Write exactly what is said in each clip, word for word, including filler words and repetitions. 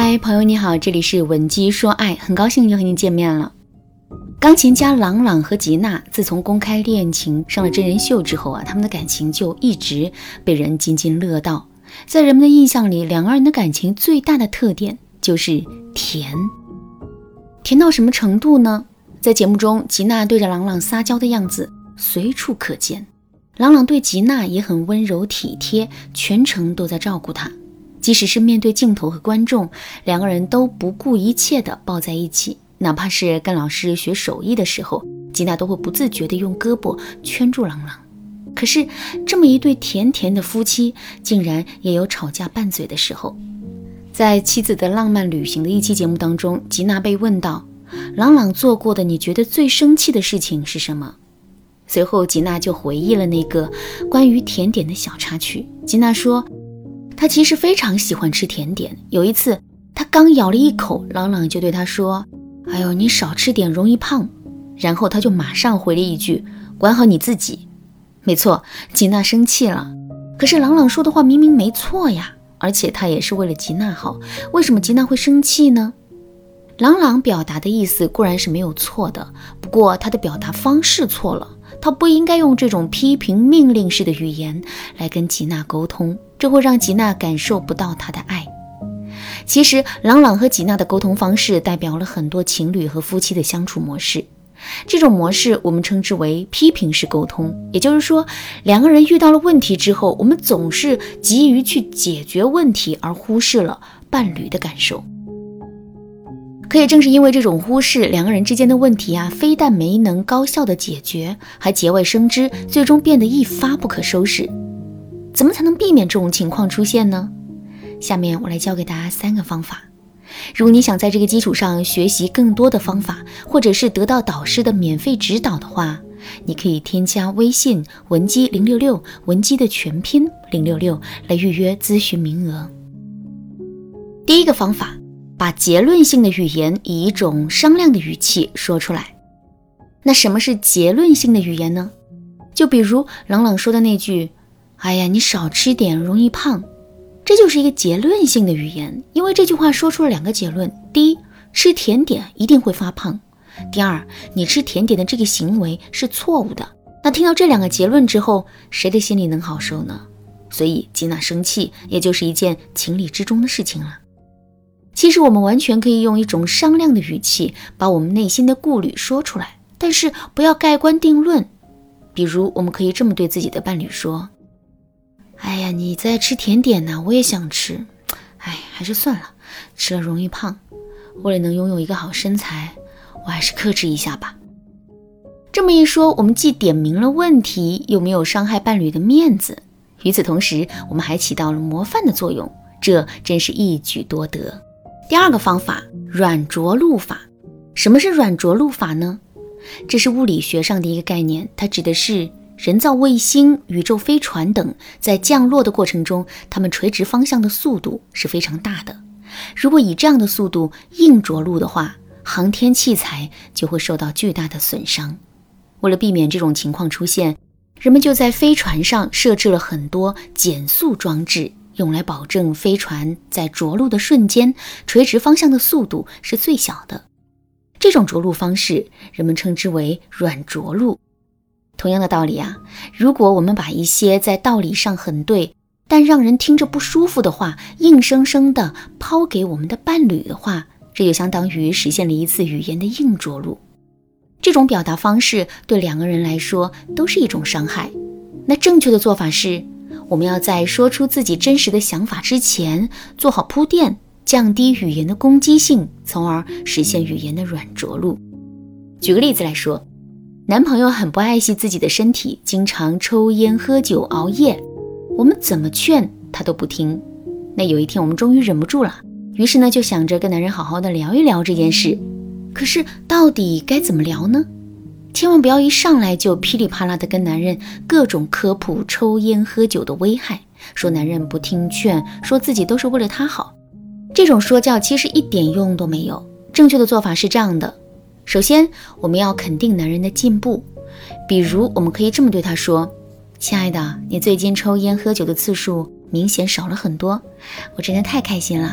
嗨，朋友你好，这里是文姬说爱，很高兴又和你见面了。钢琴家郎朗和吉娜自从公开恋情上了真人秀之后啊，他们的感情就一直被人津津乐道。在人们的印象里，两个人的感情最大的特点就是甜。甜到什么程度呢？在节目中，吉娜对着郎朗撒娇的样子随处可见，郎朗对吉娜也很温柔体贴，全程都在照顾她。即使是面对镜头和观众，两个人都不顾一切地抱在一起，哪怕是跟老师学手艺的时候，吉娜都会不自觉地用胳膊圈住郎朗。可是这么一对甜甜的夫妻，竟然也有吵架拌嘴的时候。在妻子的浪漫旅行的一期节目当中，吉娜被问到，郎朗做过的你觉得最生气的事情是什么？随后吉娜就回忆了那个关于甜点的小插曲。吉娜说，她其实非常喜欢吃甜点，有一次她刚咬了一口，郎朗就对她说，哎呦，你少吃点容易胖。然后她就马上回了一句，管好你自己。没错，吉娜生气了，可是郎朗说的话明明没错呀，而且他也是为了吉娜好，为什么吉娜会生气呢？郎朗表达的意思固然是没有错的，不过他的表达方式错了，他不应该用这种批评命令式的语言来跟吉娜沟通，这会让吉娜感受不到他的爱。其实郎朗和吉娜的沟通方式代表了很多情侣和夫妻的相处模式，这种模式我们称之为批评式沟通，也就是说，两个人遇到了问题之后，我们总是急于去解决问题，而忽视了伴侣的感受。可也正是因为这种忽视，两个人之间的问题啊，非但没能高效的解决，还节外生枝，最终变得一发不可收拾。怎么才能避免这种情况出现呢？下面我来教给大家三个方法。如果你想在这个基础上学习更多的方法，或者是得到导师的免费指导的话，你可以添加微信文姬零六六，文姬的全拼零六六来预约咨询名额。第一个方法，把结论性的语言以一种商量的语气说出来。那什么是结论性的语言呢？就比如郎朗说的那句，哎呀，你少吃点容易胖，这就是一个结论性的语言，因为这句话说出了两个结论。第一，吃甜点一定会发胖；第二，你吃甜点的这个行为是错误的。那听到这两个结论之后，谁的心里能好受呢？所以吉娜生气也就是一件情理之中的事情了。其实我们完全可以用一种商量的语气把我们内心的顾虑说出来，但是不要盖棺定论。比如我们可以这么对自己的伴侣说，哎呀，你在吃甜点呢，我也想吃，哎，还是算了，吃了容易胖，为了能拥有一个好身材，我还是克制一下吧。这么一说，我们既点明了问题，又没有伤害伴侣的面子，与此同时我们还起到了模范的作用，这真是一举多得。第二个方法，软着陆法。什么是软着陆法呢？这是物理学上的一个概念，它指的是人造卫星、宇宙飞船等在降落的过程中，它们垂直方向的速度是非常大的。如果以这样的速度硬着陆的话，航天器材就会受到巨大的损伤。为了避免这种情况出现，人们就在飞船上设置了很多减速装置，用来保证飞船在着陆的瞬间，垂直方向的速度是最小的。这种着陆方式，人们称之为软着陆。同样的道理啊，如果我们把一些在道理上很对，但让人听着不舒服的话，硬生生地抛给我们的伴侣的话，这就相当于实现了一次语言的硬着陆。这种表达方式对两个人来说都是一种伤害。那正确的做法是，我们要在说出自己真实的想法之前做好铺垫，降低语言的攻击性，从而实现语言的软着陆。举个例子来说，男朋友很不爱惜自己的身体，经常抽烟喝酒熬夜，我们怎么劝他都不听。那有一天我们终于忍不住了，于是呢就想着跟男人好好的聊一聊这件事。可是到底该怎么聊呢？千万不要一上来就噼里啪啦的跟男人各种科普抽烟喝酒的危害，说男人不听劝，说自己都是为了他好。这种说教其实一点用都没有。正确的做法是这样的，首先我们要肯定男人的进步，比如我们可以这么对他说，亲爱的，你最近抽烟喝酒的次数明显少了很多，我真的太开心了。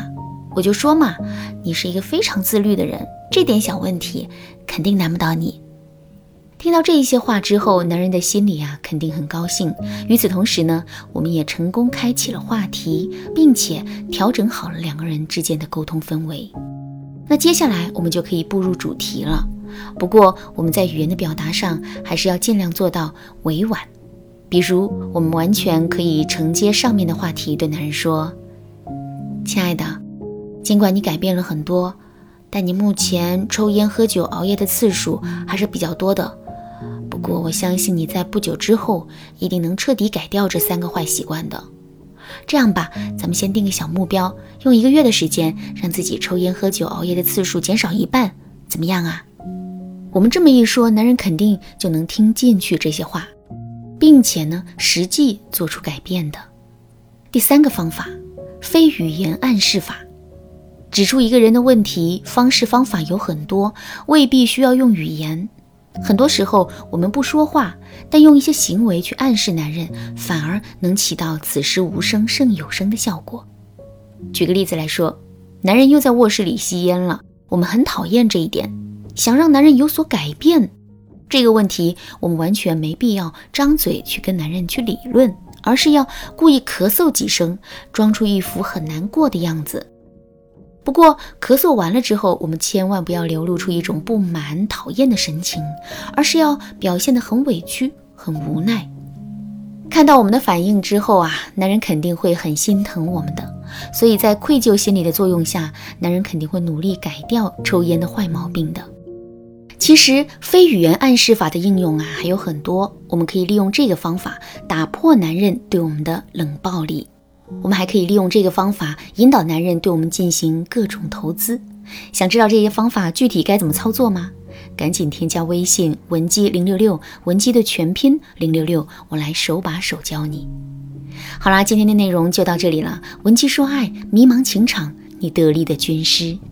我就说嘛，你是一个非常自律的人，这点小问题肯定难不倒你。听到这一些话之后，男人的心里啊肯定很高兴。与此同时呢，我们也成功开启了话题，并且调整好了两个人之间的沟通氛围。那接下来我们就可以步入主题了。不过我们在语言的表达上还是要尽量做到委婉。比如我们完全可以承接上面的话题，对男人说，亲爱的，尽管你改变了很多，但你目前抽烟喝酒熬夜的次数还是比较多的。不过我相信你在不久之后一定能彻底改掉这三个坏习惯的。这样吧，咱们先定个小目标，用一个月的时间让自己抽烟喝酒熬夜的次数减少一半，怎么样啊？我们这么一说，男人肯定就能听进去这些话，并且呢实际做出改变的。第三个方法，非语言暗示法。指出一个人的问题，方式方法有很多，未必需要用语言。很多时候我们不说话，但用一些行为去暗示男人，反而能起到此时无声胜有声的效果。举个例子来说，男人又在卧室里吸烟了，我们很讨厌这一点，想让男人有所改变。这个问题我们完全没必要张嘴去跟男人去理论，而是要故意咳嗽几声，装出一副很难过的样子。不过咳嗽完了之后，我们千万不要流露出一种不满讨厌的神情，而是要表现得很委屈很无奈。看到我们的反应之后啊，男人肯定会很心疼我们的，所以在愧疚心理的作用下，男人肯定会努力改掉抽烟的坏毛病的。其实非语言暗示法的应用啊还有很多，我们可以利用这个方法打破男人对我们的冷暴力。我们还可以利用这个方法引导男人对我们进行各种投资。想知道这些方法具体该怎么操作吗？赶紧添加微信文姬零六六，文姬的全拼零六六，我来手把手教你。好啦，今天的内容就到这里了。文姬说爱，迷茫情场，你得力的军师。